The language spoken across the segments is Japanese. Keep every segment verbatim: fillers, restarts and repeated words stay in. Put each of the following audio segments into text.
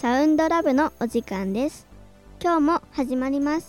サウンドラブのお時間です。今日も始まります。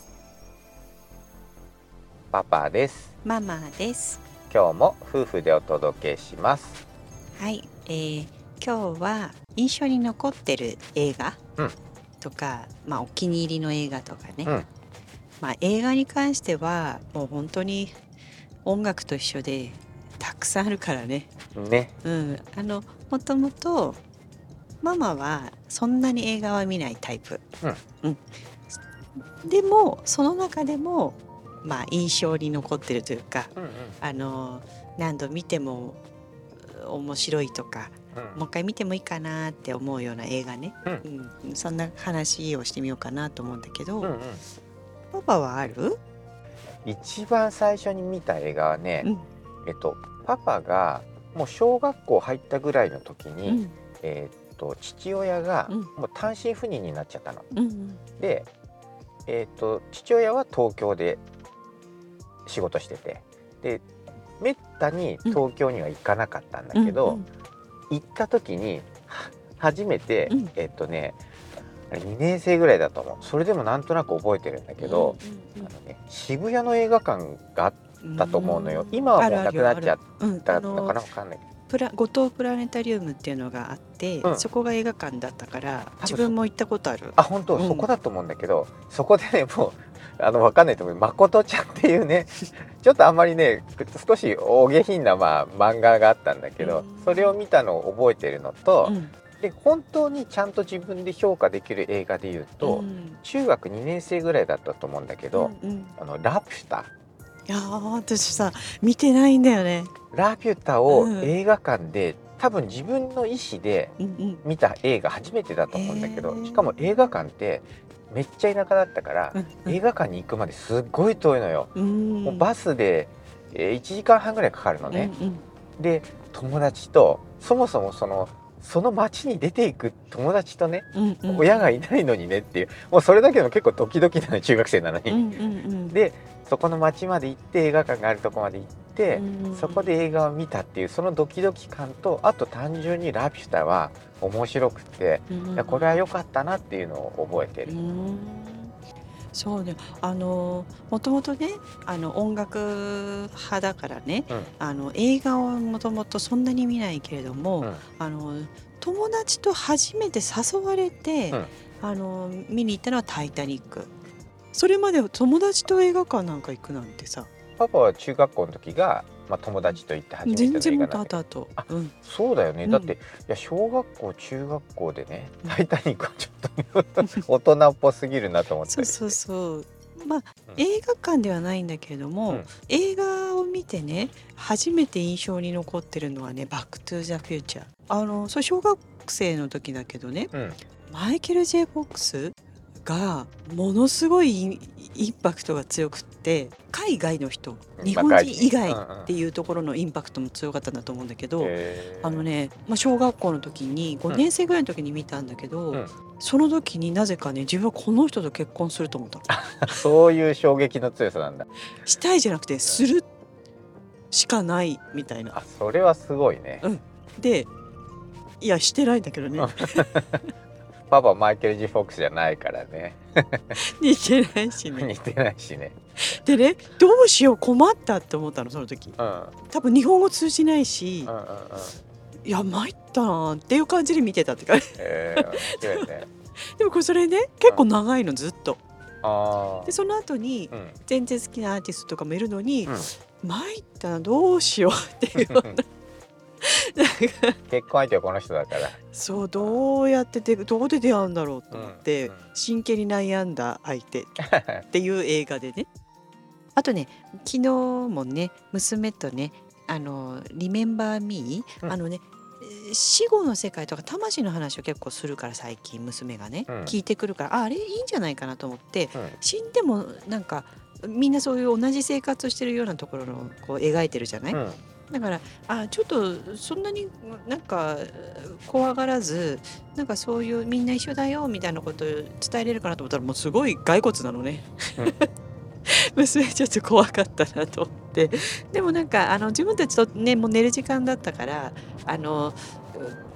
パパです。 ママです。 今日も夫婦でお届けします。 はい、えー、今日は印象に残ってる映画、 うん、 とか、まあお気に入りの映画とかね、 うん、 まあ映画に関してはもう本当に音楽と一緒でたくさんあるからね。 ね、 うん、あのもともとママはそんなに映画は見ないタイプ。 うん、 うん、でもその中でもまあ印象に残ってるというか、 うんうん、 あの何度見ても面白いとか、 うん、 もう一回見てもいいかなって思うような映画ね、 うんうん、そんな話をしてみようかなと思うんだけど、 うんうん、 パパはある？ 一番最初に見た映画はね、 うん、 えっとパパがもう小学校入ったぐらいの時に、 うん、 えっと父親がうんもう単身赴任になっちゃったの。 うん、 で、えっと父親は東京で仕事してて、でめったに東京には行かなかったんだけど、 うん行った時には初めて、 うん、 えっとねあれにねん生ぐらいだと思う。それでもなんとなく覚えてるんだけど、 うんあのね、渋谷の映画館があったと思うのよ。 うん今はもうなくなっちゃっうん、 たあののかな、わかんないけど。 プラ五島プラネタリウムっていうのがあって、 うんそこが映画館だったから分自分も行ったことある。 あ、本当、 うんそこだと思うんだけど、そこでね、もうあのわかんないと思う。まことちゃんっていうね、ちょっとあんまりね、少しお下品な、まあ、漫画があったんだけど、 うんそれを見たのを覚えてるのと、 うんで本当にちゃんと自分で評価できる映画でいうと、 うん中学にねん生ぐらいだったと思うんだけど、 うんうん、 あのラピュタいやー私さ見てないんだよね。 ラピュタをうん映画館で、多分自分の意思でうんうん見た映画初めてだと思うんだけど、 へーしかも映画館ってめっちゃ田舎だったから、 うんうん映画館に行くまですっごい遠いのよ。 うんもうバスで、えーいちじかんはんぐらいかかるのね。 うんうんで友達とそもそもそのその街に出ていく友達とね、 うんうん、 親がいないのにねっていう、もうそれだけでも結構ドキドキなの、中学生なのに。 うんうんうんでそこの街まで行って映画館があるとこまで行って、 うんそこで映画を見たっていうそのドキドキ感と、あと単純にラピュタは面白くて、 うんいやこれは良かったなっていうのを覚えてる。 うんそうね、あのもともとねあの音楽派だからね、 うんあの映画をもともとそんなに見ないけれども、 うんあの友達と初めて誘われて、 うんあの見に行ったのは「タイタニック」。それまで友達と映画館なんか行くなんてさパパは中学校の時が、まあ、友達と行って初めての全然もっと映画なんだけど、 後々。 あうんそうだよね、 うんだっていや小学校中学校でね「 うんタイタニック」はちょっと大人っぽすぎるなと思ったりして。 そうそうそうまあ、 うん映画館ではないんだけれども、 うん映画を見てね初めて印象に残ってるのはね「バック・トゥ・ザ・フューチャー」。あのそれ小学生の時だけどね、 うんマイケル・ジェイ・フォックスがものすごいインインパクトが強くって海外の人日本人以外っていうところのインパクトも強かったんだと思うんだけど、 へーあのね、まあ、小学校の時にごねん生ぐらいの時に見たんだけど、 うんその時になぜかね自分はこの人と結婚すると思ったの。 そういう衝撃の強さなんだ。 したいじゃなくてするしかないみたいな。 あ、それはすごいね。 うんでいやしてないんだけどねパパはマイケル・ジ・フォックスじゃないからね。 似てないしね。 似てないしね。 でねどうしよう困ったって思ったのその時。 うんうん多分日本語通じないし、 うんうん。 いや参ったなっていう感じで見てたって感じ。 えー、面白いね。 でもこれそれね結構長いのずっと。 あでその後にあ。うん全然好きなアーティストとかもいるのに、 うん。 参ったなどうしようっていうような結婚相手はこの人だから。 そうどうやってでどこで出会うんだろうと思って、 うんうん真剣に悩んだ相手っていう映画でね。あとね昨日もね娘とねあの「リメンバー・ミー」 うんあのねえー死後の世界とか魂の話を結構するから最近娘がね、 うん聞いてくるからああれいいんじゃないかなと思ってうん死んでもなんかみんなそういう同じ生活をしてるようなところのこう描いてるじゃない、 うんだからあちょっとそんなになんか怖がらずなんかそういうみんな一緒だよみたいなことを伝えれるかなと思ったらもうすごい骸骨なのね。 うん娘ちょっと怖かったなと思ってでもなんかあの自分たちとねもう寝る時間だったからあの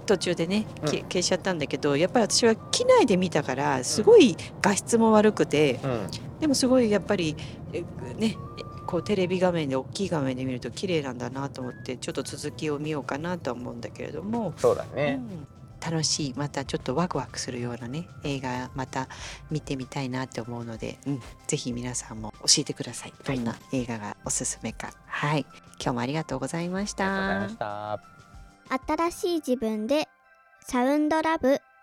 途中でね、 うんけ消しちゃったんだけど、やっぱり私は機内で見たからすごい画質も悪くて、 うんでもすごいやっぱりえねこうテレビ画面で大きい画面で見ると綺麗なんだなと思って、ちょっと続きを見ようかなとは思うんだけれども、 そうだね、 うん楽しい、またちょっとワクワクするようなね映画また見てみたいなって思うので、うん、ぜひ皆さんも教えてください、どんな映画がおすすめか。はい、今日もありがとうございましありがとうございたました。 新しい自分でサウンドラブ。